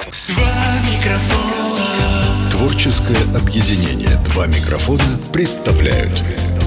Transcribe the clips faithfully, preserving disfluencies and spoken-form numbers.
Два микрофона. Творческое объединение «Два микрофона» представляют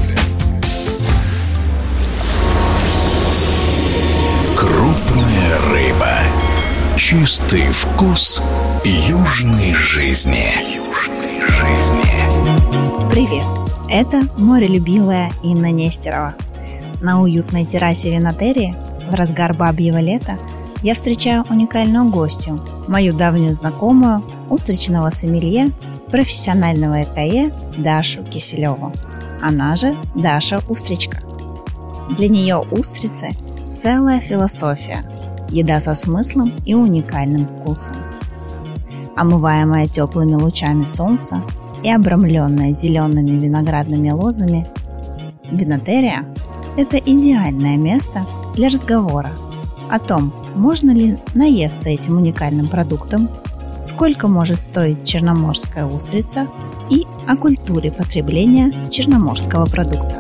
Крупная рыба. Чистый вкус южной жизни. Южной жизни. Привет! Это морелюбивая Инна Нестерова. На уютной террасе винотерии в разгар бабьего лета я встречаю уникальную гостью, мою давнюю знакомую, устричного сомелье, профессионального экое Дашу Киселеву. Она же Даша Устричка. Для нее устрицы – целая философия, еда со смыслом и уникальным вкусом. Омываемая теплыми лучами солнца и обрамленная зелеными виноградными лозами, винотерия – это идеальное место для разговора о том, можно ли наесться этим уникальным продуктом, сколько может стоить черноморская устрица и о культуре потребления черноморского продукта.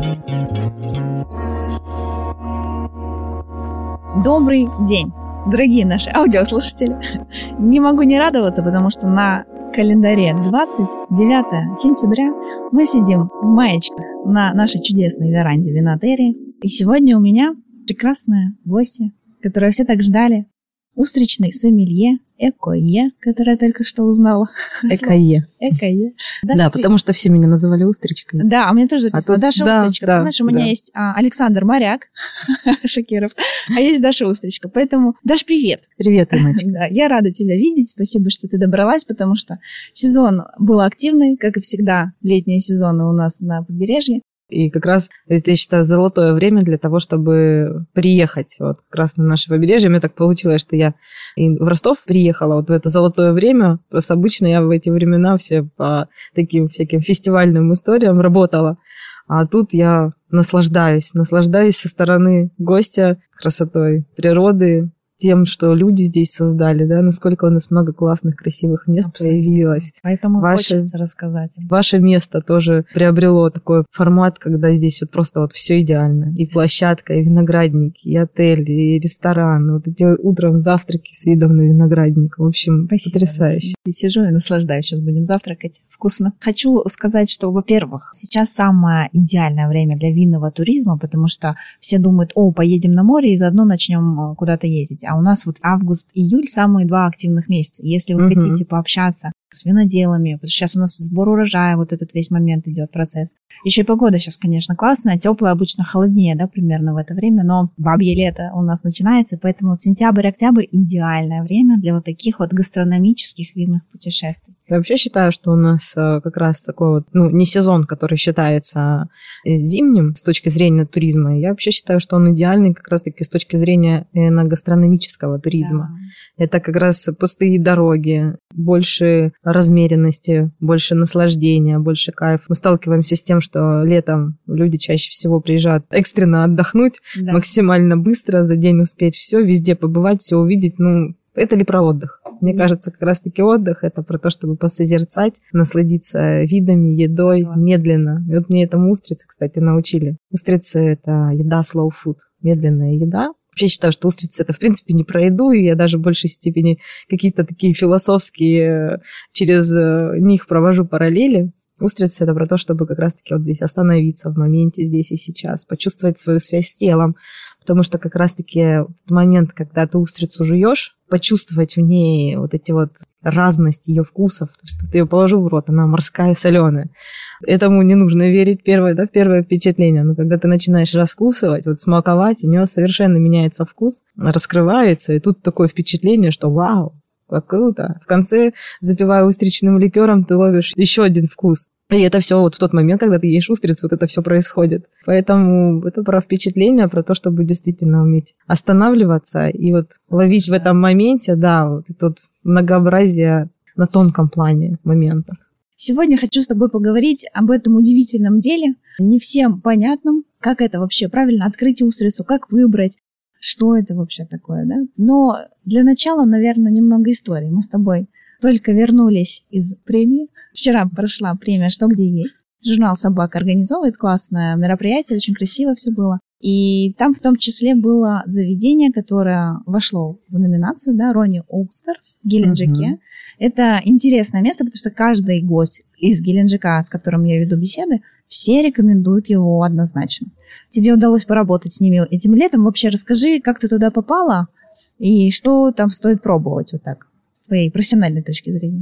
Добрый день, дорогие наши аудиослушатели! Не могу не радоваться, потому что на календаре двадцать девятое сентября мы сидим в маечках на нашей чудесной веранде винотерии. И сегодня у меня прекрасная гостья, которую все так ждали. Устричный сомелье, экое, которое я только что узнала. Экое. Экое. Да, да, потому что все меня называли Устричкой. Да, у меня тоже записано. А тут, Даша да, Устричка. Да, Ты знаешь, у меня да. есть а, Александр Моряк Шакиров, а есть Даша Устричка. Поэтому, Даш, привет. Привет, Инночка. Да, я рада тебя видеть. Спасибо, что ты добралась, потому что сезон был активный, как и всегда, летние сезоны у нас на побережье. И как раз, я считаю, золотое время для того, чтобы приехать вот как раз на наше побережье. Мне так получилось, что я в Ростов приехала вот в это золотое время. Просто обычно я в эти времена все по таким всяким фестивальным историям работала. А тут я наслаждаюсь, наслаждаюсь со стороны гостя красотой природы, тем, что люди здесь создали, да, насколько у нас много классных, красивых мест Абсолютно. Появилось. Поэтому ваше, хочется рассказать. Ваше место тоже приобрело такой формат, когда здесь вот просто вот все идеально. И площадка, и виноградники, и отель, и ресторан. Вот эти утром завтраки с видом на виноградник. В общем, Спасибо. Потрясающе. Я сижу и наслаждаюсь. Сейчас будем завтракать. Вкусно. Хочу сказать, что, во-первых, сейчас самое идеальное время для винного туризма, потому что все думают, о, поедем на море и заодно начнем куда-то ездить. А у нас вот август-июль самые два активных месяца. Если вы uh-huh. хотите пообщаться с виноделами, потому что сейчас у нас сбор урожая, вот этот весь момент идет процесс. Еще и погода сейчас, конечно, классная, теплая, обычно холоднее, да, примерно в это время, но бабье лето у нас начинается, поэтому вот сентябрь-октябрь идеальное время для вот таких вот гастрономических винных путешествий. Я вообще считаю, что у нас как раз такой вот, ну, не сезон, который считается зимним с точки зрения туризма. Я вообще считаю, что он идеальный как раз-таки с точки зрения на гастрономического туризма. Да. Это как раз пустые дороги, больше размеренности, больше наслаждения, больше кайфа. Мы сталкиваемся с тем, что летом люди чаще всего приезжают экстренно отдохнуть, да. максимально быстро за день успеть все, везде побывать, все увидеть. Ну, это ли про отдых? Мне да. кажется, как раз-таки отдых – это про то, чтобы посозерцать, насладиться видами, едой Согласна. Медленно. И вот мне этому устрицы, кстати, научили. Устрицы – это еда slow food, медленная еда. Вообще считаю, что устрицы – это, в принципе, не про еду, и я даже в большей степени какие-то такие философские через них провожу параллели. Устрицы – это про то, чтобы как раз-таки вот здесь остановиться в моменте, здесь и сейчас, почувствовать свою связь с телом, потому что как раз-таки в момент, когда ты устрицу жуешь, почувствовать в ней вот эти вот разность ее вкусов, то, что ты ее положил в рот, она морская, соленая. Этому не нужно верить, первое, да, первое впечатление. Но когда ты начинаешь раскусывать, вот смаковать, у нее совершенно меняется вкус, раскрывается, и тут такое впечатление, что вау, как круто. В конце, запивая устричным ликером, ты ловишь еще один вкус. И это все вот в тот момент, когда ты ешь устрицу, вот это все происходит. Поэтому это про впечатление, про то, чтобы действительно уметь останавливаться и вот ловить Что в этом моменте, да, вот это вот многообразие на тонком плане моментов. Сегодня хочу с тобой поговорить об этом удивительном деле, не всем понятном, как это вообще правильно открыть устрицу, как выбрать, что это вообще такое, да? Но для начала, наверное, немного истории. Мы с тобой только вернулись из премии. Вчера прошла премия «Что, где есть». Журнал «Собака» организовывает классное мероприятие, очень красиво все было. И там в том числе было заведение, которое вошло в номинацию, да, Ronnie Oysters в Геленджике. Mm-hmm. Это интересное место, потому что каждый гость из Геленджика, с которым я веду беседы, все рекомендуют его однозначно. Тебе удалось поработать с ними этим летом. Вообще расскажи, как ты туда попала и что там стоит пробовать вот так, с твоей профессиональной точки зрения.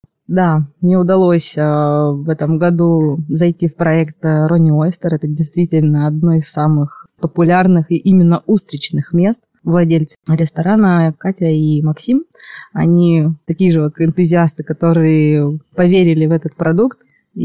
Да, мне удалось э, в этом году зайти в проект Ronnie Oyster. Это действительно одно из самых популярных и именно устричных мест. Владельцы ресторана Катя и Максим, они такие же вот энтузиасты, которые поверили в этот продукт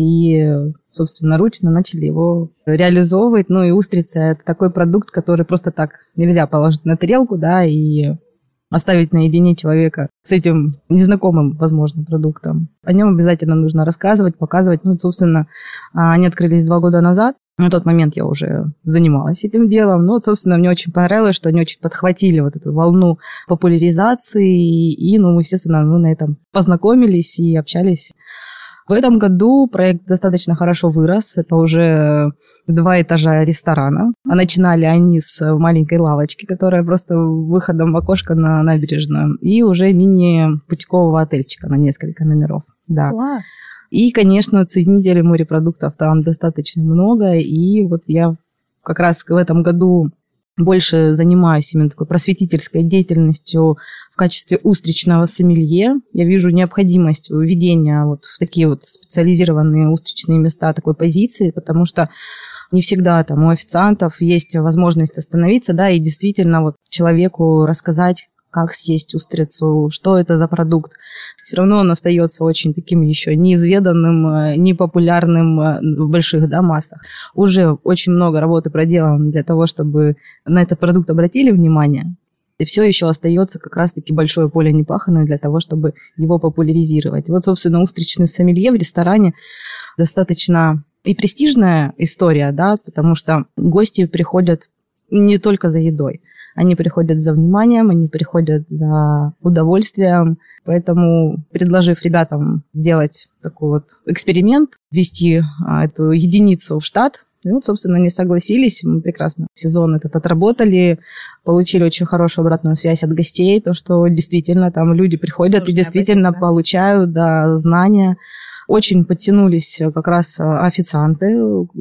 и собственноручно начали его реализовывать. Ну и устрица – это такой продукт, который просто так нельзя положить на тарелку, да, и оставить наедине человека с этим незнакомым, возможно, продуктом. О нем обязательно нужно рассказывать, показывать. Ну, собственно, они открылись два года назад. На тот момент я уже занималась этим делом. Ну, вот, собственно, мне очень понравилось, что они очень подхватили вот эту волну популяризации. И, ну, естественно, мы на этом познакомились и общались. В этом году проект достаточно хорошо вырос. Это уже два этажа ресторана. А начинали они с маленькой лавочки, которая просто выходом в окошко на набережную. И уже мини-путевого отельчика на несколько номеров. Да. Класс! И, конечно, ценителей морепродуктов там достаточно много. И вот я как раз в этом году больше занимаюсь именно такой просветительской деятельностью в качестве устричного сомелье. Я вижу необходимость введения вот в такие вот специализированные устричные места такой позиции, потому что не всегда там у официантов есть возможность остановиться, да, и действительно вот человеку рассказать, как съесть устрицу, что это за продукт. Все равно он остается очень таким еще неизведанным, непопулярным в больших, да, массах. Уже очень много работы проделано для того, чтобы на этот продукт обратили внимание. И все еще остается как раз-таки большое поле непаханное для того, чтобы его популяризировать. Вот, собственно, устричный сомелье в ресторане достаточно и престижная история, да, потому что гости приходят не только за едой. Они приходят за вниманием, они приходят за удовольствием. Поэтому, предложив ребятам сделать такой вот эксперимент, ввести а, эту единицу в штат, и вот, собственно, они согласились. Мы прекрасно сезон этот отработали, получили очень хорошую обратную связь от гостей, то, что действительно там люди приходят Нужно и действительно получают, да, знания. Очень подтянулись как раз официанты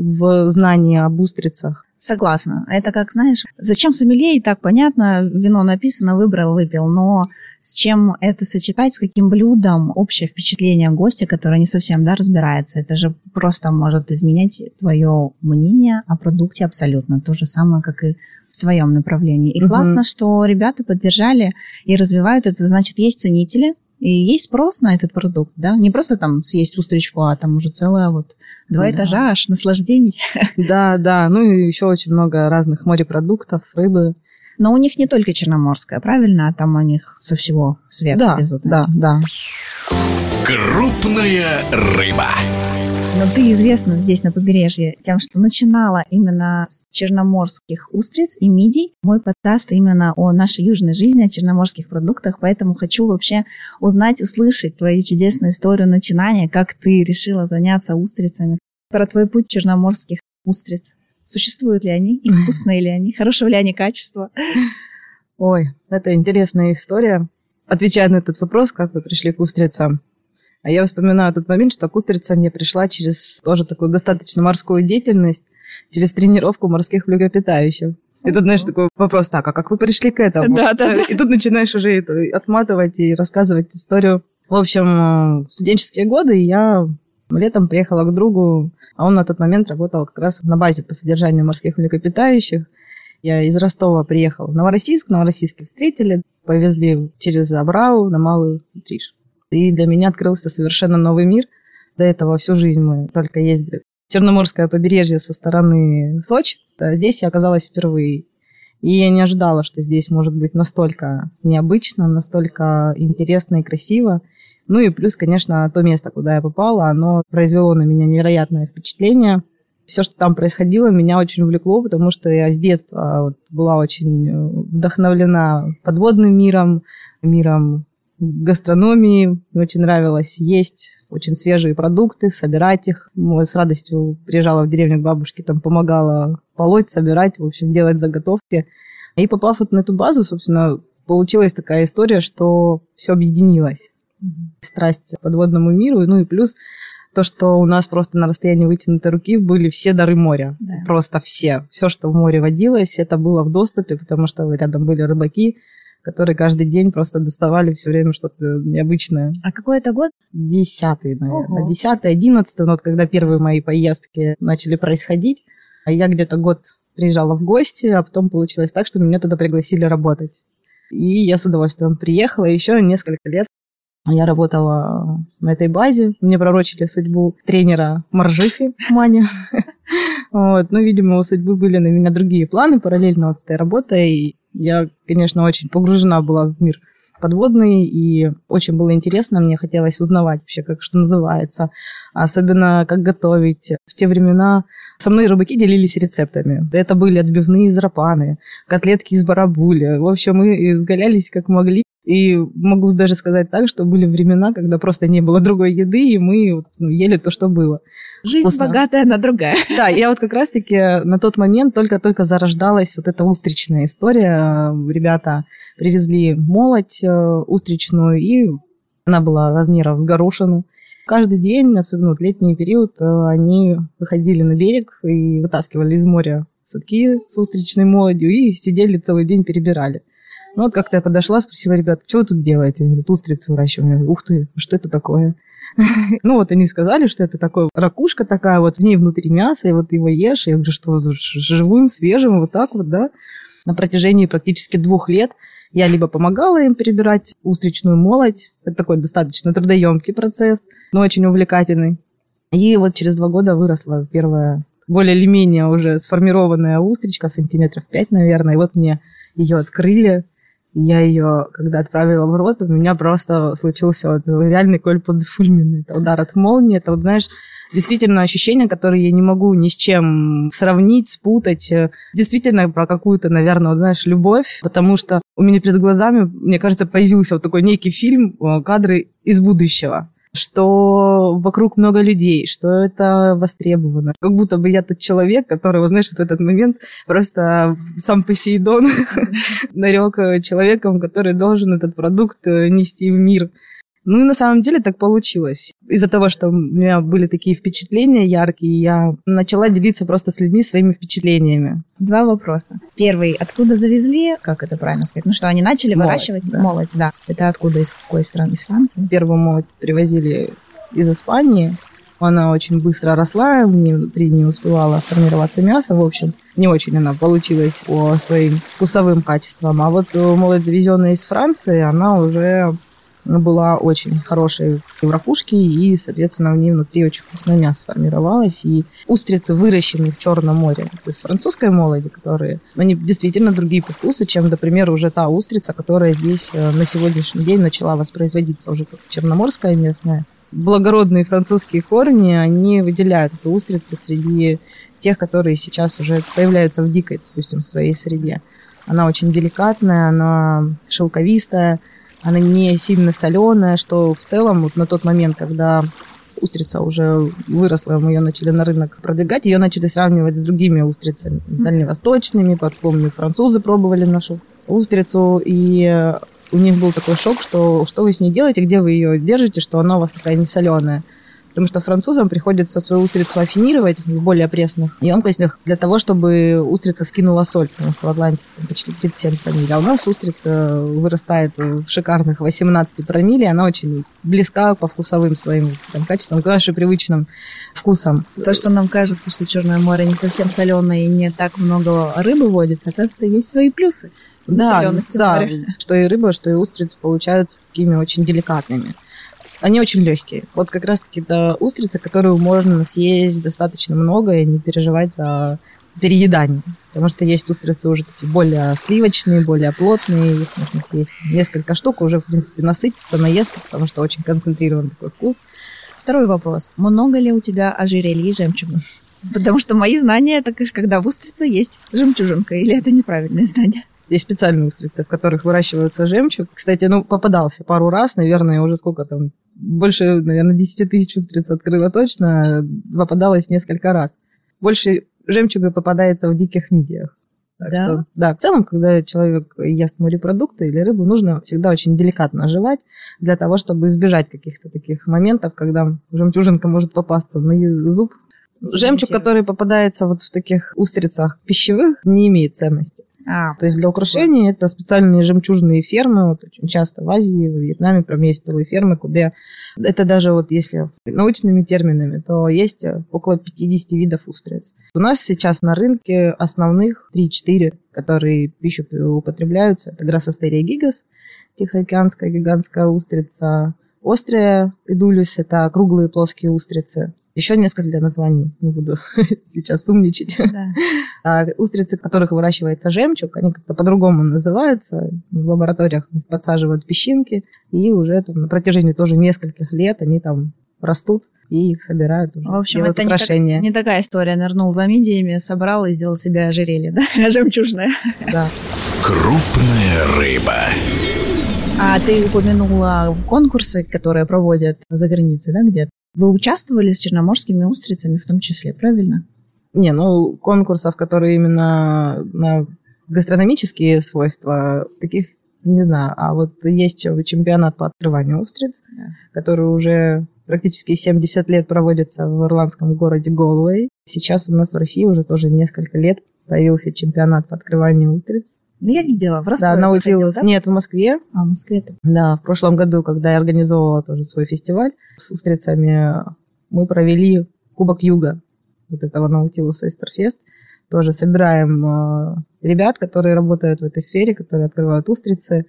в знании об устрицах. Согласна. Это как, знаешь, зачем сомелье, и так понятно, вино написано, выбрал, выпил, но с чем это сочетать, с каким блюдом, общее впечатление гостя, который не совсем, да, разбирается, это же просто может изменять твое мнение о продукте абсолютно. То же самое, как и в твоем направлении. И угу. классно, что ребята поддержали и развивают это, значит, есть ценители, и есть спрос на этот продукт, да? Не просто там съесть устричку, а там уже целое вот два да. этажа аж наслаждений. Да, да. Ну и еще очень много разных морепродуктов, рыбы. Но у них не только черноморская, правильно? А там у них со всего света да, везут. Да, да. Крупная рыба. Но ты известна здесь на побережье тем, что начинала именно с черноморских устриц и мидий. Мой подкаст именно о нашей южной жизни, о черноморских продуктах, поэтому хочу вообще узнать, услышать твою чудесную историю начинания, как ты решила заняться устрицами, про твой путь черноморских устриц. Существуют ли они, и вкусные ли они, хорошего ли они качества? Ой, это интересная история. Отвечая на этот вопрос, как вы пришли к устрицам, а я вспоминаю тот момент, что к устрицам я пришла через тоже такую достаточно морскую деятельность, через тренировку морских млекопитающих. И тут, знаешь, такой вопрос, так, а как вы пришли к этому? Да, да, да. И тут начинаешь уже это отматывать и рассказывать историю. В общем, в студенческие годы я летом приехала к другу, а он на тот момент работал как раз на базе по содержанию морских млекопитающих. Я из Ростова приехала в Новороссийск, в Новороссийске встретили, повезли через Абрау на Малую Триш. И для меня открылся совершенно новый мир. До этого всю жизнь мы только ездили в Черноморское побережье со стороны Сочи. А здесь я оказалась впервые. И я не ожидала, что здесь может быть настолько необычно, настолько интересно и красиво. Ну и плюс, конечно, то место, куда я попала, оно произвело на меня невероятное впечатление. Все, что там происходило, меня очень увлекло, потому что я с детства вот была очень вдохновлена подводным миром, миром гастрономии. Мне очень нравилось есть очень свежие продукты, собирать их. Я с радостью приезжала в деревню к бабушке, там помогала полоть, собирать, в общем, делать заготовки. И попав вот на эту базу, собственно, получилась такая история, что все объединилось. Страсть к подводному миру, ну и плюс то, что у нас просто на расстоянии вытянутой руки были все дары моря. Да. Просто все. Все, что в море водилось, это было в доступе, потому что рядом были рыбаки, которые каждый день просто доставали все время что-то необычное. А какой это год? Десятый, наверное. Ого. Десятый, одиннадцатый. Вот когда первые мои поездки начали происходить, я где-то год приезжала в гости, а потом получилось так, что меня туда пригласили работать. И я с удовольствием приехала. Еще несколько лет я работала на этой базе. Мне пророчили судьбу тренера Маржихи Маня. Вот. Ну, видимо, у судьбы были на меня другие планы параллельно вот с этой работой. И я, конечно, очень погружена была в мир подводный, и очень было интересно, мне хотелось узнавать вообще, как что называется, особенно как готовить. В те времена со мной рыбаки делились рецептами. Это были отбивные из рапаны, котлетки из барабули. В общем, мы изгалялись как могли. И могу даже сказать так, что были времена, когда просто не было другой еды, и мы ну, ели то, что было. Жизнь вкусно. Богатая, она другая. Да, я вот как раз-таки на тот момент только-только зарождалась вот эта устричная история. Ребята привезли молоть устричную, и она была размером с горошину. Каждый день, особенно в летний период, они выходили на берег и вытаскивали из моря садки с устричной молотью и сидели целый день, перебирали. Ну вот как-то я подошла, спросила ребят, что вы тут делаете? Они говорят, устрицы выращиваем. Я говорю, ух ты, что это такое? Ну вот они сказали, что это такое ракушка такая, вот в ней внутри мясо, и вот его ешь. Я говорю, что живым, свежим, вот так вот, да? На протяжении практически двух лет я либо помогала им перебирать устричную молоть, это такой достаточно трудоемкий процесс, но очень увлекательный. И вот через два года выросла первая, более или менее уже сформированная устричка, сантиметров пять, наверное, и вот мне ее открыли. Я ее, когда отправила в рот, у меня просто случился вот реальный кольпо фульмин. Это удар от молнии. Это, вот, знаешь, действительно ощущение, которое я не могу ни с чем сравнить, спутать. Действительно про какую-то, наверное, вот, знаешь, любовь. Потому что у меня перед глазами, мне кажется, появился вот такой некий фильм, кадры из будущего. Что вокруг много людей, что это востребовано. Как будто бы я тот человек, которого, знаешь, в этот момент просто сам Посейдон нарек человеком, который должен этот продукт нести в мир. Ну и на самом деле так получилось. Из-за того, что у меня были такие впечатления яркие, я начала делиться просто с людьми своими впечатлениями. Два вопроса. Первый, откуда завезли, как это правильно сказать? Ну что, они начали молоть, выращивать? Да. Молоть, да. Это откуда, из какой страны? Из Франции? Первую молоть привозили из Испании. Она очень быстро росла, внутри не успевала сформироваться мясо. В общем, не очень она получилась по своим вкусовым качествам. А вот молоть, завезенная из Франции, она уже была очень хорошей в ракушке, и, соответственно, в ней внутри очень вкусное мясо формировалось. И устрицы, выращенные в Черном море, из французской молоди, которые, они действительно другие по вкусу, чем, например, уже та устрица, которая здесь на сегодняшний день начала воспроизводиться уже как черноморская местная. Благородные французские корни, они выделяют эту устрицу среди тех, которые сейчас уже появляются в дикой, допустим, своей среде. Она очень деликатная, она шелковистая, она не сильно соленая, что в целом вот на тот момент, когда устрица уже выросла, мы ее начали на рынок продвигать, ее начали сравнивать с другими устрицами, с дальневосточными. Помню, французы пробовали нашу устрицу, и у них был такой шок, что что вы с ней делаете, где вы ее держите, что она у вас такая не соленая. Потому что французам приходится свою устрицу афинировать в более пресных емкостях для того, чтобы устрица скинула соль, потому что в Атлантике почти тридцать семь промилле. А у нас устрица вырастает в шикарных восемнадцать промилле, она очень близка по вкусовым своим там, качествам, к нашим привычным вкусам. То, что нам кажется, что Черное море не совсем соленое и не так много рыбы водится, оказывается, есть свои плюсы. Да, да, что и рыба, что и устрицы получаются такими очень деликатными. Они очень легкие. Вот как раз-таки это устрицы, которую можно съесть достаточно много и не переживать за переедание. Потому что есть устрицы уже такие более сливочные, более плотные. Их можно съесть несколько штук, уже, в принципе, насытиться, наесться, потому что очень концентрирован такой вкус. Второй вопрос. Много ли у тебя ожерелья и жемчуга? Потому что мои знания, это, конечно, когда в устрице есть жемчужинка. Или это неправильное знание? Есть специальные устрицы, в которых выращивается жемчуг. Кстати, ну, попадался пару раз, наверное, уже сколько там, больше, наверное, десять тысяч устриц открыла точно, попадалось несколько раз. Больше жемчуга попадается в диких мидиях. Так да? Что, да, в целом, когда человек ест морепродукты или рыбу, нужно всегда очень деликатно жевать для того, чтобы избежать каких-то таких моментов, когда жемчужинка может попасться на зуб. Жемчуг, который попадается вот в таких устрицах пищевых, не имеет ценности. А, То есть для украшения это специальные жемчужные фермы. Вот очень часто в Азии, в Вьетнаме прям есть целые фермы, куда это даже вот если научными терминами, то есть около пятьдесят видов устриц. У нас сейчас на рынке основных три-четыре, которые в пищу употребляются. Это Грассостерия гигас, тихоокеанская гигантская устрица, Острия эдулис, это круглые плоские устрицы. Еще несколько названий, не буду сейчас умничать. Да. А устрицы, в которых выращивается жемчуг, они как-то по-другому называются. В лабораториях подсаживают песчинки, и уже там, на протяжении тоже нескольких лет они там растут, и их собирают уже. В общем, делают это украшения. Не, так, не такая история. Нырнул за мидиями, собрал и сделал себе ожерелье, да? Жемчужное. Да. Крупная рыба. А ты упомянула конкурсы, которые проводят за границей, да, где-то? Вы участвовали с черноморскими устрицами в том числе, правильно? Не, ну, конкурсов, которые именно на гастрономические свойства, таких не знаю. А вот есть чемпионат по открыванию устриц, да, который уже практически семьдесят лет проводится в ирландском городе Галуэй. Сейчас у нас в России уже тоже несколько лет появился чемпионат по открыванию устриц. Я видела, в Ростове. Да, научилась. Да? Нет, в Москве. А, в Москве-то. Да, в прошлом году, когда я организовывала тоже свой фестиваль с устрицами, мы провели Кубок Юга вот этого Наутилус Ойстерфест. Тоже собираем э, ребят, которые работают в этой сфере, которые открывают устрицы,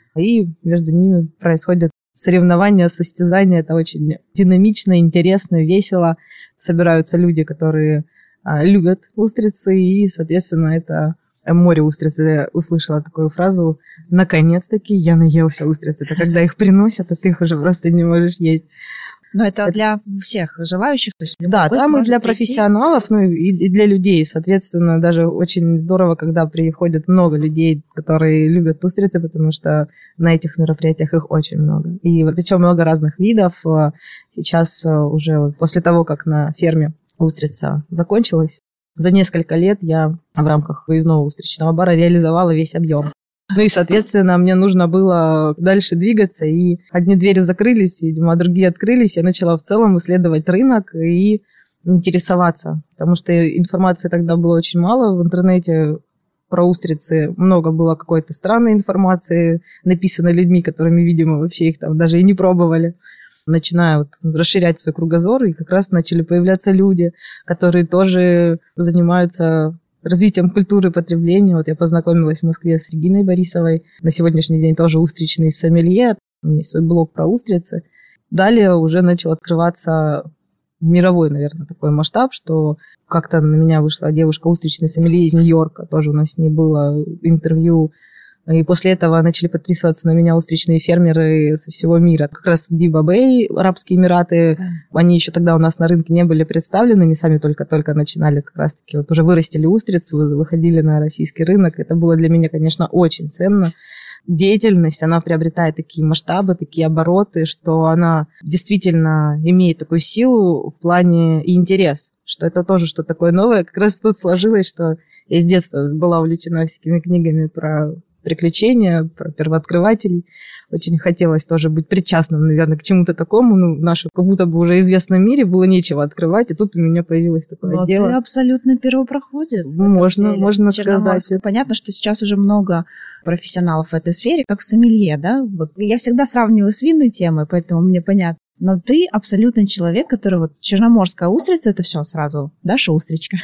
и между ними происходят соревнования, состязания. Это очень динамично, интересно, весело. Собираются люди, которые э, любят устрицы, и, соответственно, это... Море устриц. Я услышала такую фразу: «Наконец-таки я наелся устриц». Это когда их приносят, а ты их уже просто не можешь есть. Но это, это... для всех желающих? То есть да, там и для прийти. Профессионалов, ну и, и для людей. Соответственно, даже очень здорово, когда приходят много людей, которые любят устрицы, потому что на этих мероприятиях их очень много. И причем много разных видов. Сейчас уже после того, как на ферме устрица закончилась, за несколько лет я в рамках выездного устричного бара реализовала весь объем. Ну и, соответственно, мне нужно было дальше двигаться, и одни двери закрылись, видимо, а другие открылись. Я начала в целом исследовать рынок и интересоваться, потому что информации тогда было очень мало в интернете. Про устрицы много было какой-то странной информации, написанной людьми, которыми, видимо, вообще их там даже и не пробовали. Начиная вот расширять свой кругозор, и как раз начали появляться люди, которые тоже занимаются развитием культуры потребления. Вот я познакомилась в Москве с Региной Борисовой. На сегодняшний день тоже устричный сомелье. У меня есть свой блог про устрицы. Далее уже начал открываться мировой, наверное, такой масштаб, что как-то на меня вышла девушка устричный сомелье из Нью-Йорка. Тоже у нас с ней было интервью. И после этого начали подписываться на меня устричные фермеры со всего мира. Как раз Дива Бэй, Арабские Эмираты, да. Они еще тогда у нас на рынке не были представлены, они сами только-только начинали как раз-таки, вот уже вырастили устрицу, выходили на российский рынок. Это было для меня, конечно, очень ценно. Деятельность, она приобретает такие масштабы, такие обороты, что она действительно имеет такую силу в плане и интерес, что это тоже что-то такое новое. Как раз тут сложилось, что я с детства была увлечена всякими книгами про приключения, про первооткрывателей. Очень хотелось тоже быть причастным, наверное, к чему-то такому. Ну, в нашем как будто бы уже известном мире было нечего открывать, и тут у меня появилось такое Но дело. Ты абсолютно первопроходец. Можно, можно сказать. Понятно, что сейчас уже много профессионалов в этой сфере, как сомелье, да? Вот я всегда сравниваю с винной темой, поэтому мне понятно. Но ты абсолютный человек, который вот черноморская устрица, это все сразу, Даша устричка,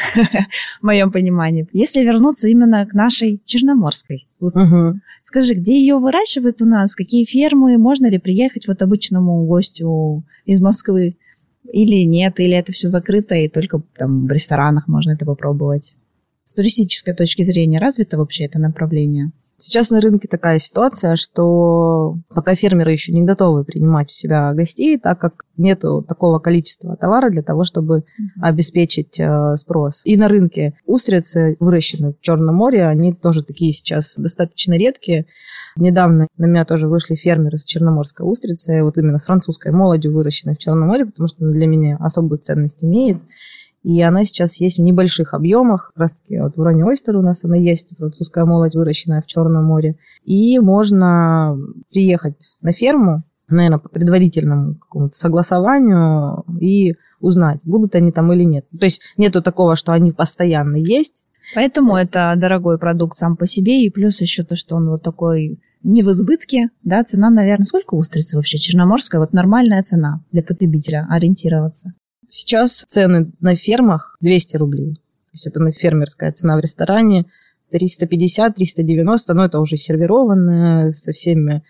в моем понимании. Если вернуться именно к нашей черноморской устрице, угу. Скажи, где ее выращивают у нас, какие фермы, можно ли приехать вот обычному гостю из Москвы или нет, или это все закрыто и только там в ресторанах можно это попробовать? С туристической точки зрения развито вообще это направление? Сейчас на рынке такая ситуация, что пока фермеры еще не готовы принимать у себя гостей, так как нету такого количества товара для того, чтобы mm-hmm. обеспечить э, спрос. И на рынке устрицы, выращенные в Черном море, они тоже такие сейчас достаточно редкие. Недавно на меня тоже вышли фермеры с черноморской устрицей, вот именно с французской молодью, выращенной в Черном море, потому что для меня особую ценность имеет. И она сейчас есть в небольших объемах. Как раз-таки вот в Ronnie Oyster у нас она есть, французская молодь, выращенная в Черном море. И можно приехать на ферму, наверное, по предварительному какому-то согласованию и узнать, будут они там или нет. То есть нету такого, что они постоянно есть. Поэтому это дорогой продукт сам по себе, и плюс еще то, что он вот такой не в избытке, да, цена, наверное, сколько устрицы вообще черноморская? Вот нормальная цена для потребителя, ориентироваться. Сейчас цены на фермах двести рублей. То есть это фермерская цена в ресторане триста пятьдесят - триста девяносто, но это уже сервированная со всеми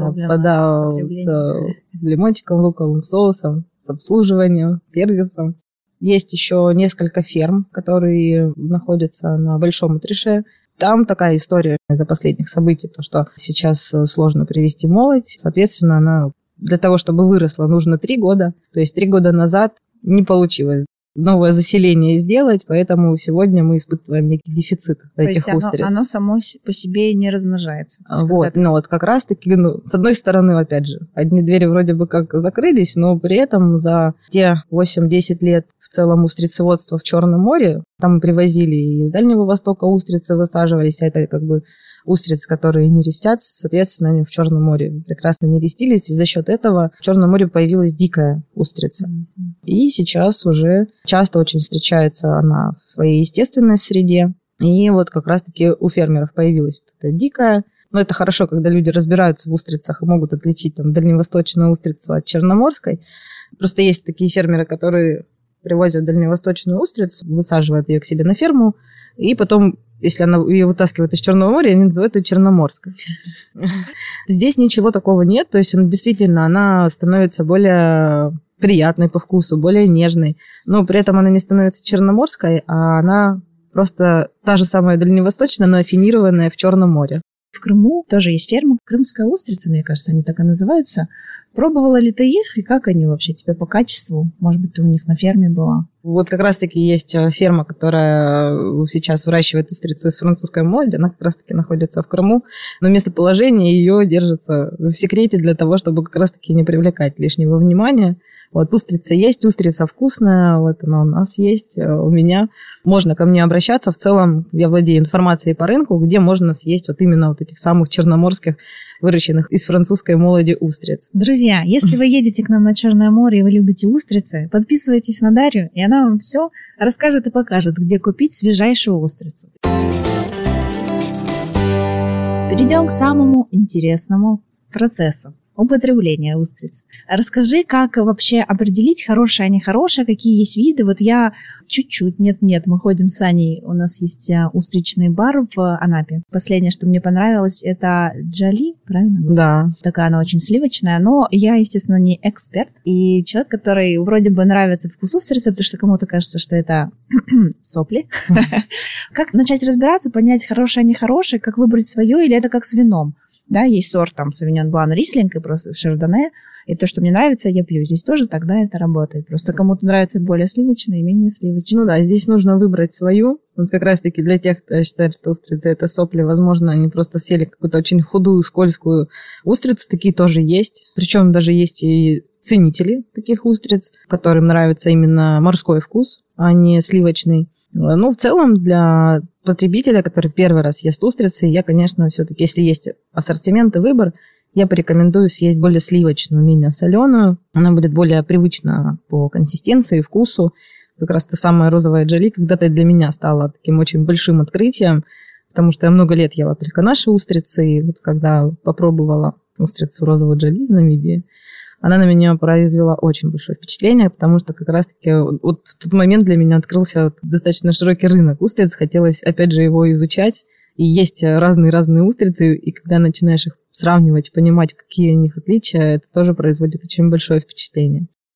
да, с лимончиком, луковым соусом, с обслуживанием, сервисом. Есть еще несколько ферм, которые находятся на Большом Утрише. Там такая история из-за последних событий, то, что сейчас сложно привести молодь. Соответственно, она для того, чтобы выросла, нужно три года. То есть три года назад не получилось новое заселение сделать, поэтому сегодня мы испытываем некий дефицит то этих есть устриц. Оно, оно само по себе не размножается. Вот, ну вот как раз-таки, ну, с одной стороны, опять же, одни двери вроде бы как закрылись, но при этом за те восемь-десять лет в целом устрицеводства в Черном море, там мы привозили и из Дальнего Востока устрицы высаживались, а это как бы устриц, которые не рестятся, соответственно, они в Черном море прекрасно не рестились, и за счет этого в Черном море появилась дикая устрица. Mm-hmm. И сейчас уже часто очень встречается она в своей естественной среде, и вот как раз-таки у фермеров появилась эта дикая. Но это хорошо, когда люди разбираются в устрицах и могут отличить там дальневосточную устрицу от черноморской. Просто есть такие фермеры, которые привозят дальневосточную устрицу, высаживают ее к себе на ферму, и потом, если она ее вытаскивает из Черного моря, они называют ее черноморской. Здесь ничего такого нет, то есть действительно она становится более приятной по вкусу, более нежной, но при этом она не становится черноморской, а она просто та же самая дальневосточная, но афинированная в Черном море. В Крыму тоже есть ферма «Крымская устрица», мне кажется, они так и называются. Пробовала ли ты их, и как они вообще тебе по качеству? Может быть, ты у них на ферме была? Вот как раз-таки есть ферма, которая сейчас выращивает устрицу из французской молоди, она как раз-таки находится в Крыму, но местоположение ее держится в секрете для того, чтобы как раз-таки не привлекать лишнего внимания. Вот устрица есть, устрица вкусная, вот она у нас есть, у меня. Можно ко мне обращаться. В целом я владею информацией по рынку, где можно съесть вот именно вот этих самых черноморских, выращенных из французской молоди устриц. Друзья, если вы едете к нам на Черное море и вы любите устрицы, подписывайтесь на Дарью, и она вам все расскажет и покажет, где купить свежайшую устрицу. Перейдем к самому интересному процессу. Употребление устриц. Расскажи, как вообще определить, хорошее, а не хорошее, какие есть виды. Вот я чуть-чуть, нет-нет, мы ходим с Аней, у нас есть устричный бар в Анапе. Последнее, что мне понравилось, это Джоли, правильно? Да. Такая она очень сливочная, но я, естественно, не эксперт. И человек, который вроде бы нравится вкус устрицы, потому что кому-то кажется, что это сопли. Как начать разбираться, понять, хорошее, а не хорошее, как выбрать свое, или это как с вином? Да, есть сорт там Савиньон Блан, Рислинг и просто Шардоне. И то, что мне нравится, я пью. Здесь тоже тогда это работает. Просто кому-то нравится более сливочное и менее сливочное. Ну да, здесь нужно выбрать свою. Вот как раз-таки для тех, кто считает, что устрица это сопли, возможно, они просто съели какую-то очень худую, скользкую устрицу. Такие тоже есть. Причем даже есть и ценители таких устриц, которым нравится именно морской вкус, а не сливочный. Ну, в целом, для потребителя, который первый раз ест устрицы, я, конечно, все-таки, если есть ассортимент и выбор, я порекомендую съесть более сливочную, менее соленую. Она будет более привычна по консистенции и вкусу. Как раз та самая розовая Джоли когда-то для меня стала таким очень большим открытием, потому что я много лет ела только наши устрицы, и вот когда попробовала устрицу розовую Джоли из Намибии, она на меня произвела очень большое впечатление, потому что как раз-таки вот в тот момент для меня открылся достаточно широкий рынок устриц. Хотелось, опять же, его изучать. И есть разные-разные устрицы, и когда начинаешь их сравнивать, понимать, какие у них отличия, это тоже производит очень большое впечатление.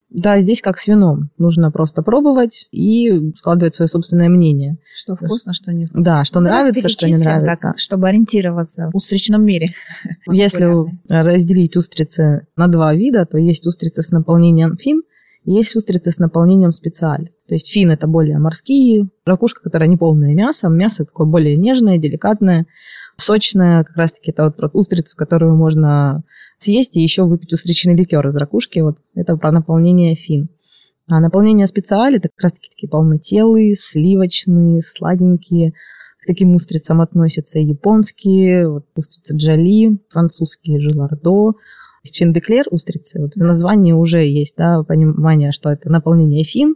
Да, здесь как с вином. Нужно просто пробовать и складывать свое собственное мнение. Что вкусно, что не вкусно. Да, что ну, нравится, что не нравится. Так, чтобы ориентироваться в устричном мире. Если разделить устрицы на два вида, то есть устрицы с наполнением фин, и есть устрицы с наполнением специаль. То есть фин – это более морские, ракушка, которая не полное мясо, мясо такое более нежное, деликатное, сочное. Как раз-таки это вот про устрицу, которую можно съесть и еще выпить устричный ликер из ракушки. Вот это про наполнение фин. А наполнение специаль – это как раз-таки такие полнотелые, сливочные, сладенькие. К таким устрицам относятся японские, вот устрицы джоли, французские желардо. Есть фин-де-клер, устрицы. Вот в названии уже есть, да, понимание, что это наполнение фин,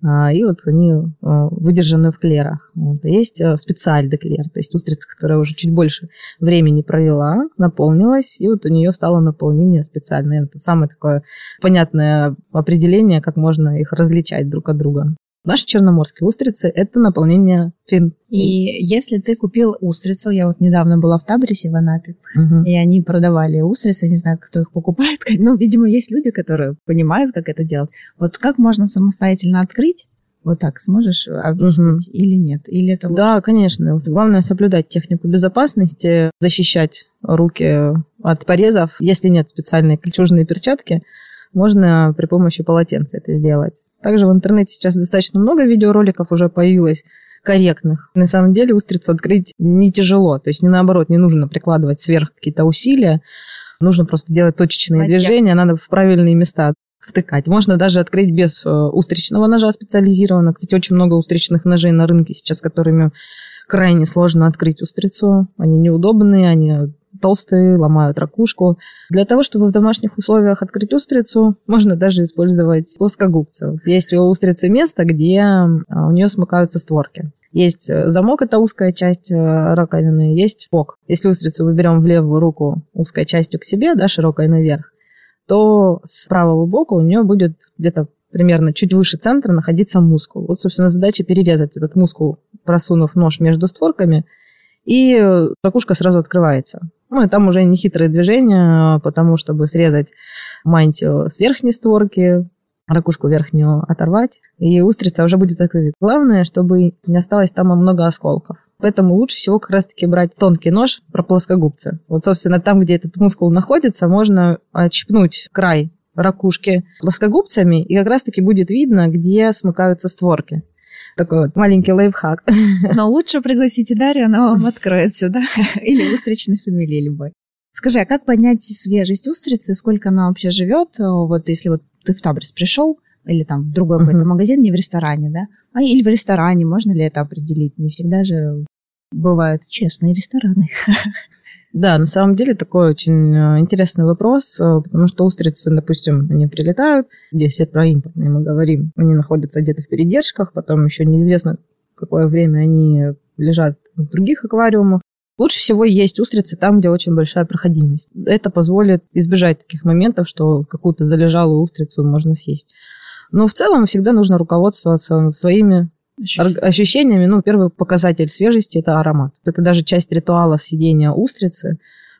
и вот они выдержаны в клерах. Вот. Есть специаль-де-клер, то есть устрица, которая уже чуть больше времени провела, наполнилась, и вот у нее стало наполнение специальное. Это самое такое понятное определение, как можно их различать друг от друга. Наши черноморские устрицы – это наполнение фин. И если ты купил устрицу, я вот недавно была в Табрисе, в Анапе, угу. и они продавали устрицы, не знаю, кто их покупает, ну, видимо, есть люди, которые понимают, как это делать. Вот как можно самостоятельно открыть? Вот так сможешь объяснить угу. или нет? Или это лучше? Да, конечно. Главное соблюдать технику безопасности, защищать руки от порезов. Если нет специальной кольчужной перчатки, можно при помощи полотенца это сделать. Также в интернете сейчас достаточно много видеороликов уже появилось корректных. На самом деле устрицу открыть не тяжело. То есть, не наоборот, не нужно прикладывать сверх какие-то усилия. Нужно просто делать точечные Смотря. движения, надо в правильные места втыкать. Можно даже открыть без устричного ножа специализированного. Кстати, очень много устричных ножей на рынке сейчас, которыми крайне сложно открыть устрицу. Они неудобные, они толстые, ломают ракушку. Для того, чтобы в домашних условиях открыть устрицу, можно даже использовать плоскогубцы. Есть у устрицы место, где у нее смыкаются створки. Есть замок, это узкая часть раковины, есть бок. Если устрицу мы берем в левую руку узкой частью к себе, да, широкой наверх, то с правого бока у нее будет где-то примерно чуть выше центра находиться мускул. Вот, собственно, задача перерезать этот мускул, просунув нож между створками, и ракушка сразу открывается. Ну, и там уже нехитрые движения, потому чтобы срезать мантию с верхней створки, ракушку верхнюю оторвать, и устрица уже будет открыта. Главное, чтобы не осталось там много осколков. Поэтому лучше всего как раз-таки брать тонкий нож про плоскогубцы. Вот, собственно, там, где этот мускул находится, можно отщипнуть край ракушки плоскогубцами, и как раз-таки будет видно, где смыкаются створки. Такой вот маленький лайфхак. Но лучше пригласите Дарью, она вам откроет сюда. Или устричный сомелье любой. Скажи, а как поднять свежесть устрицы? Сколько она вообще живет? Вот если вот ты в Табрис пришел, или там в другой uh-huh. какой-то магазин, не в ресторане, да? А или в ресторане, можно ли это определить? Не всегда же бывают честные рестораны. Да, на самом деле такой очень интересный вопрос, потому что устрицы, допустим, они прилетают, если про импортные мы говорим, они находятся где-то в передержках, потом еще неизвестно, какое время они лежат в других аквариумах. Лучше всего есть устрицы там, где очень большая проходимость. Это позволит избежать таких моментов, что какую-то залежалую устрицу можно съесть. Но в целом всегда нужно руководствоваться своими ощущениями. Ну, первый показатель свежести – это аромат. Это даже часть ритуала съедения устрицы,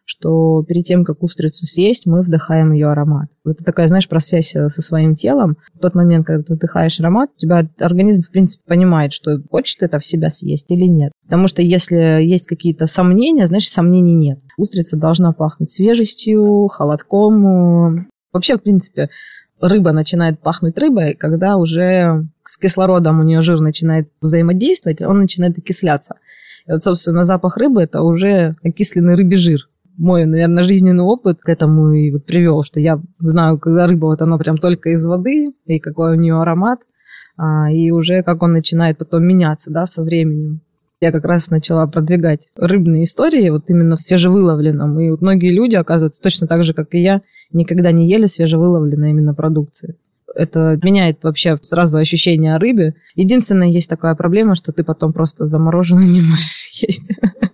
что перед тем, как устрицу съесть, мы вдыхаем ее аромат. Это такая, знаешь, про связь со своим телом. В тот момент, когда ты вдыхаешь аромат, у тебя организм, в принципе, понимает, что хочет это в себя съесть или нет. Потому что если есть какие-то сомнения, значит, сомнений нет. Устрица должна пахнуть свежестью, холодком. Вообще, в принципе, рыба начинает пахнуть рыбой, когда уже с кислородом у нее жир начинает взаимодействовать, он начинает окисляться. И вот, собственно, запах рыбы – это уже окисленный рыбий жир. Мой, наверное, жизненный опыт к этому и вот привел, что я знаю, когда рыба, вот она прям только из воды, и какой у нее аромат, и уже как он начинает потом меняться, да, со временем. Я как раз начала продвигать рыбные истории вот именно в свежевыловленном. И вот многие люди, оказывается, точно так же, как и я, никогда не ели свежевыловленной именно продукции. Это меняет вообще сразу ощущение о рыбе. Единственное, есть такая проблема, что ты потом просто замороженную не можешь есть.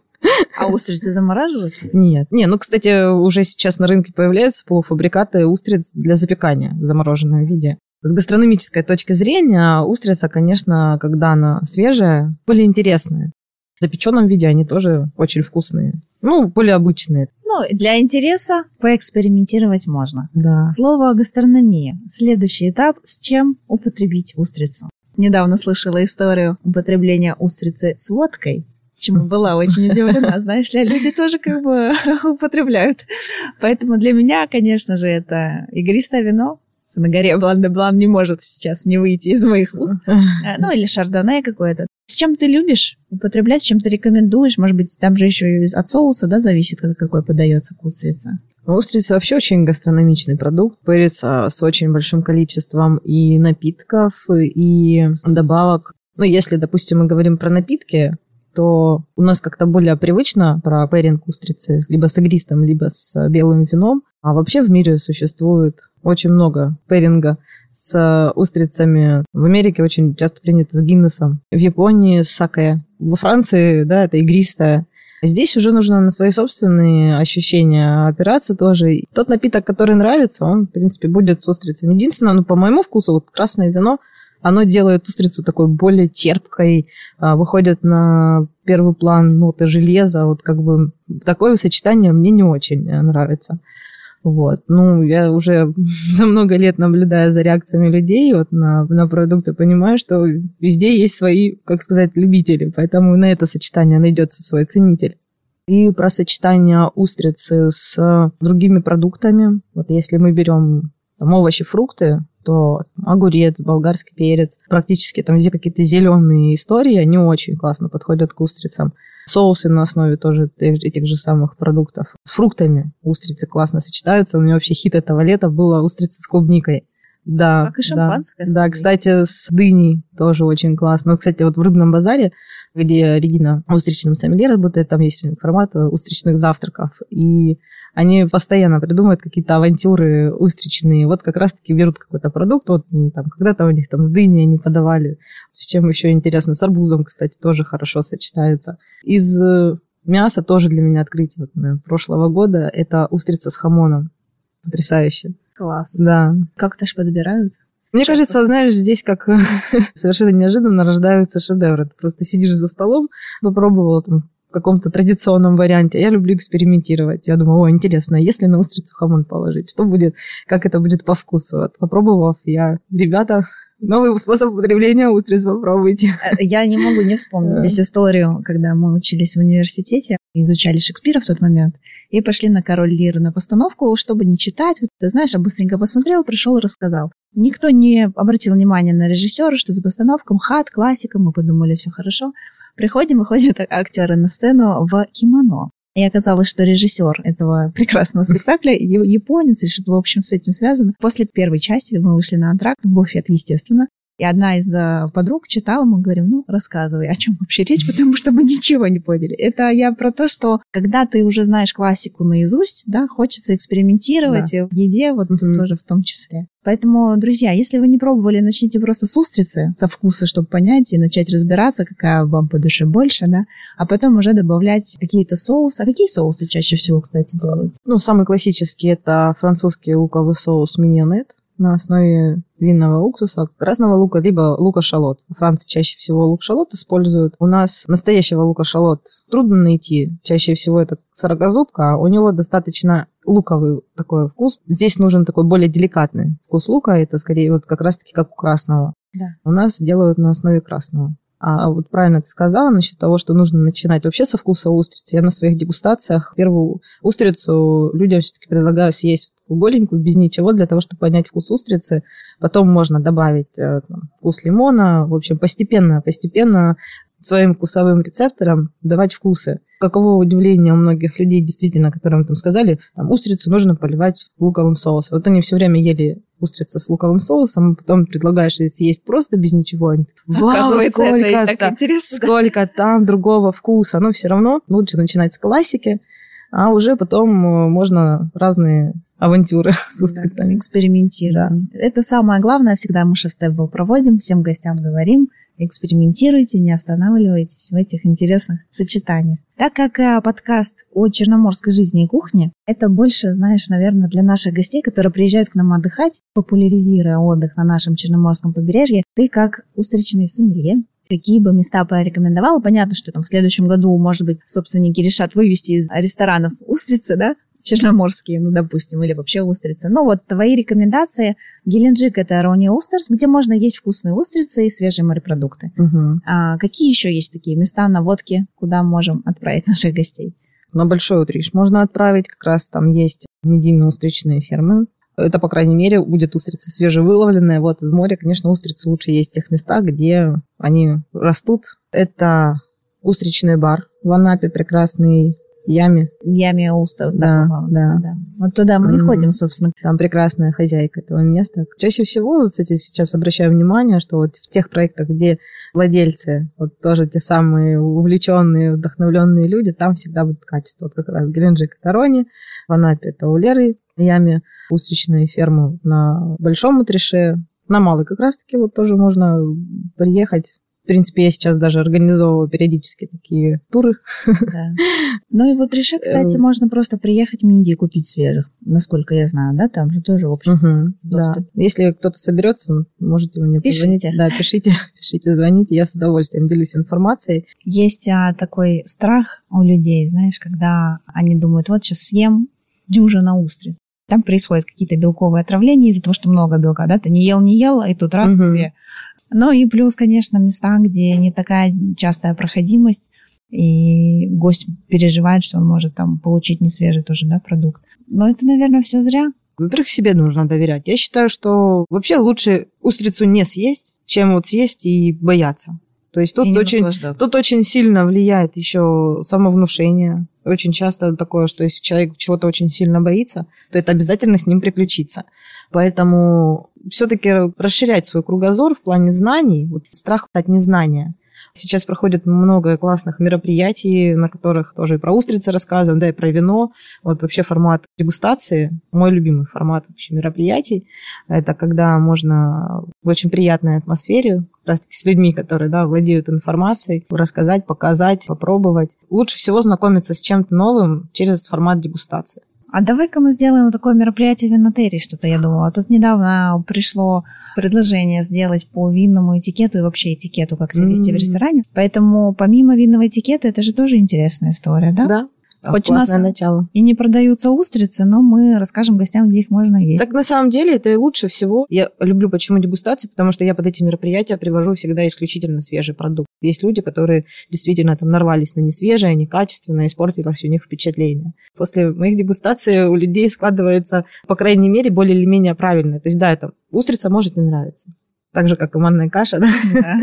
А устрицы замораживают? Нет. Не, ну, кстати, уже сейчас на рынке появляются полуфабрикаты устриц для запекания в замороженном виде. С гастрономической точки зрения устрица, конечно, когда она свежая, более интересная. запеченном виде они тоже очень вкусные. Ну, более обычные. Ну, для интереса поэкспериментировать можно. Да. Слово гастрономия. Следующий этап, с чем употребить устрицу. Недавно слышала историю употребления устрицы с водкой, чему была очень удивлена. Знаешь ли, люди тоже как бы употребляют. Поэтому для меня, конечно же, это игристое вино. На горе Блан-де-Блан не может сейчас не выйти из моих уст. Ну, или шардоне какое-то. С чем ты любишь употреблять, с чем ты рекомендуешь? Может быть, там же еще и от соуса, да, зависит, какой подается к устрице. Устрица вообще очень гастрономичный продукт. Пырится с очень большим количеством и напитков, и добавок. Ну, если, допустим, мы говорим про напитки, то у нас как-то более привычно про пэринг устрицы либо с игристым, либо с белым вином. А вообще в мире существует очень много пэринга с устрицами. В Америке очень часто принято с Гиннесом. В Японии с саке. Во Франции, да, это игристое. Здесь уже нужно на свои собственные ощущения опираться тоже. И тот напиток, который нравится, он, в принципе, будет с устрицами. Единственное, ну, по моему вкусу, вот красное вино, оно делает устрицу такой более терпкой, выходит на первый план ноты железа. Вот как бы такое сочетание мне не очень нравится. Вот. Ну, я уже за много лет наблюдая за реакциями людей вот на, на продукты, понимаю, что везде есть свои, как сказать, любители, поэтому на это сочетание найдется свой ценитель. И про сочетание устрицы с другими продуктами. Вот если мы берем там, овощи, фрукты, то огурец, болгарский перец, практически там везде какие-то зеленые истории, они очень классно подходят к устрицам. Соусы на основе тоже этих же самых продуктов. С фруктами устрицы классно сочетаются. У меня вообще хит этого лета была устрица с клубникой. Да, как и шампанское. Да, да, кстати, с дыней тоже очень классно. Ну, кстати, вот в рыбном базаре, где Регина устричным сомелье работает, там есть формат устричных завтраков. И они постоянно придумывают какие-то авантюры устричные. Вот как раз-таки берут какой-то продукт. Вот там когда-то у них там с дыней они подавали. С чем еще интересно? С арбузом, кстати, тоже хорошо сочетается. Из мяса тоже для меня открытие вот, наверное, прошлого года. Это устрица с хамоном. Потрясающе. Класс. Да. Как-то ж подбирают. Мне Часто. кажется, знаешь, здесь как совершенно неожиданно рождаются шедевры. Ты просто сидишь за столом, попробовала там в каком-то традиционном варианте. Я люблю экспериментировать. Я думаю, о, интересно, если на устрицу хамон положить, что будет, как это будет по вкусу? Вот, попробовав, я, ребята, новый способ употребления устриц попробуйте. Я не могу не вспомнить здесь историю, когда мы учились в университете, изучали Шекспира в тот момент, и пошли на «Король Лир» на постановку, чтобы не читать. Вот, ты знаешь, я быстренько посмотрел, пришел и рассказал. Никто не обратил внимания на режиссера, что за постановкой МХАТ, классика, мы подумали, все хорошо. Приходим, выходят актеры на сцену в кимоно. И оказалось, что режиссер этого прекрасного спектакля японец, и что-то, в общем, с этим связано. После первой части мы вышли на антракт, в буфет, естественно. И одна из подруг читала, мы говорим, ну, рассказывай, о чем вообще речь, потому что мы ничего не поняли. Это я про то, что когда ты уже знаешь классику наизусть, да, хочется экспериментировать, да. В еде вот mm-hmm. тоже в том числе. Поэтому, друзья, если вы не пробовали, начните просто с устрицы, со вкуса, чтобы понять и начать разбираться, какая вам по душе больше, да, а потом уже добавлять какие-то соусы. А какие соусы чаще всего, кстати, делают? Ну, самый классический – это французский луковый соус миньонет на основе винного уксуса, красного лука, либо лука-шалот. В Франции чаще всего лук-шалот используют. У нас настоящего лука-шалот трудно найти. Чаще всего это сорокозубка. У него достаточно луковый такой вкус. Здесь нужен такой более деликатный вкус лука. Это скорее вот как раз-таки как у красного. Да. У нас делают на основе красного. А вот правильно ты сказала насчет того, что нужно начинать вообще со вкуса устрицы. Я на своих дегустациях первую устрицу людям все-таки предлагаю съесть такую голенькую, без ничего, для того, чтобы понять вкус устрицы. Потом можно добавить там, вкус лимона. В общем, постепенно, постепенно своим вкусовым рецепторам давать вкусы. Каково удивление у многих людей, действительно, которым там сказали, там, устрицу нужно поливать луковым соусом. Вот они все время ели устрицы с луковым соусом, а потом предлагаешь съесть просто без ничего. Они, вау, сколько, это так интересно, сколько да? там другого вкуса. Но все равно лучше начинать с классики, а уже потом можно разные авантюры с устрицами. Да, экспериментировать. Да. Это самое главное. Всегда мы шеф-степ проводим, всем гостям говорим. Экспериментируйте, не останавливайтесь в этих интересных сочетаниях. Так как подкаст о черноморской жизни и кухне, это больше, знаешь, наверное, для наших гостей, которые приезжают к нам отдыхать, популяризируя отдых на нашем черноморском побережье. Ты как устричный сомелье, Какие бы места порекомендовала? Понятно, что там в следующем году, может быть, собственники решат вывести из ресторанов устрицы, да, черноморские, ну, допустим, или вообще устрицы. Но вот твои рекомендации. Геленджик – это Ronnie Oysters, где можно есть вкусные устрицы и свежие морепродукты. Угу. А какие еще есть такие места, наводки, куда можем отправить наших гостей? На Большой Утриш можно отправить. Как раз там есть медийно-устричные фермы. Это, по крайней мере, будет устрица свежевыловленная. Вот из моря, конечно, устрицы лучше есть в тех местах, где они растут. Это устричный бар в Анапе, прекрасный. Яме. Яме Oysters, да, да, да. да. Вот туда мы и mm-hmm. ходим, собственно. Там прекрасная хозяйка этого места. Чаще всего, вот, кстати, сейчас обращаю внимание, что вот в тех проектах, где владельцы, вот тоже те самые увлеченные, вдохновленные люди, там всегда будет качество. Вот как раз Геленджик это Ronnie, в Анапе это у Леры, в Яме устричные фермы на Большом Утрише, на Малой как раз-таки вот тоже можно приехать. В принципе, я сейчас даже организовываю периодически такие туры. Да. Ну и вот Утрише, кстати, можно просто приехать мидии купить свежих, насколько я знаю, да? Там же тоже, в общем, угу, да. Если кто-то соберется, можете мне позвонить. Пишите. Да, пишите, пишите, звоните, я с удовольствием делюсь информацией. Есть а, такой страх у людей, знаешь, когда они думают, вот сейчас съем дюжину устриц. Там происходят какие-то белковые отравления из-за того, что много белка, да? Ты не ел, не ел, и тут раз угу. себе... Ну и плюс, конечно, места, где не такая частая проходимость, и гость переживает, что он может там получить несвежий тоже, да, продукт. Но это, наверное, все зря. Во-первых, себе нужно доверять. Я считаю, что вообще лучше устрицу не съесть, чем вот съесть и бояться. То есть тут, очень, тут очень сильно влияет еще самовнушение. Очень часто такое, что если человек чего-то очень сильно боится, то это обязательно с ним приключится. Поэтому все-таки расширять свой кругозор в плане знаний, вот страх от незнания. Сейчас проходит много классных мероприятий, на которых тоже и про устрицы рассказываем, да, и про вино. Вот вообще формат дегустации, мой любимый формат вообще мероприятий, это когда можно в очень приятной атмосфере, как раз-таки с людьми, которые, да, владеют информацией, рассказать, показать, попробовать. Лучше всего знакомиться с чем-то новым через формат дегустации. А давай-ка мы сделаем такое мероприятие в винотерии, что-то я думала. Тут недавно пришло предложение сделать по винному этикету и вообще этикету, как себя вести mm-hmm. в ресторане. Поэтому помимо винного этикета, это же тоже интересная история, да? Да. Хоть у нас начало. И не продаются устрицы, но мы расскажем гостям, где их можно есть. Так на самом деле это и лучше всего. Я люблю почему дегустации, потому что я под эти мероприятия привожу всегда исключительно свежий продукт. Есть люди, которые действительно там нарвались на несвежее, некачественное, испортилось у них впечатление. После моих дегустаций у людей складывается, по крайней мере, более или менее правильное. То есть да, это устрица может не нравиться. Так же, как и манная каша, да? Да.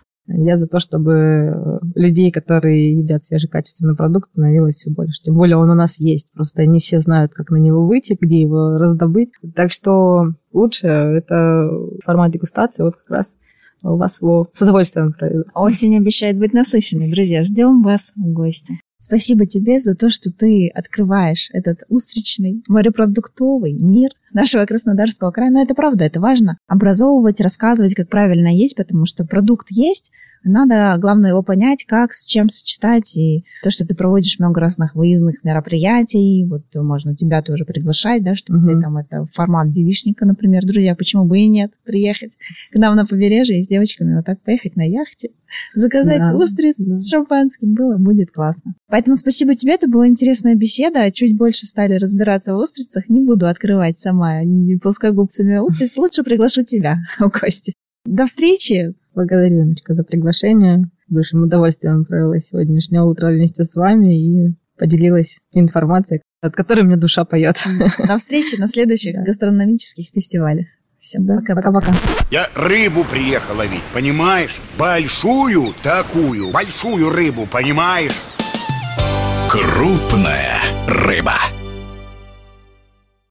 Я за то, чтобы людей, которые едят свежекачественный продукт, становилось все больше. Тем более он у нас есть. Просто не все знают, как на него выйти, где его раздобыть. Так что лучше это формат дегустации. Вот как раз у вас его с удовольствием проведу. Осень обещает быть насыщенной. Друзья, ждем вас в гости. Спасибо тебе за то, что ты открываешь этот устричный, морепродуктовый мир нашего Краснодарского края. Но это правда, это важно. Образовывать, рассказывать, как правильно есть, потому что продукт есть. Надо, главное, его понять, как, с чем сочетать. И то, что ты проводишь много разных выездных мероприятий, вот можно тебя тоже приглашать, да, чтобы mm-hmm. ты там, это формат девичника, например. Друзья, почему бы и нет, приехать к нам на побережье и с девочками вот так поехать на яхте, заказать да. устриц да. с шампанским. Было, будет классно. Поэтому спасибо тебе, это была интересная беседа. Чуть больше стали разбираться в устрицах. Не буду открывать сама плоскогубцами устриц. Лучше приглашу тебя в гости. До встречи! Благодарю, Леночка, за приглашение. С большим удовольствием провела сегодняшнее утро вместе с вами и поделилась информацией, от которой мне душа поет. До встречи на следующих да. гастрономических фестивалях. Всем да, пока-пока. Я рыбу приехал ловить, понимаешь? Большую такую, большую рыбу, понимаешь? Крупная рыба.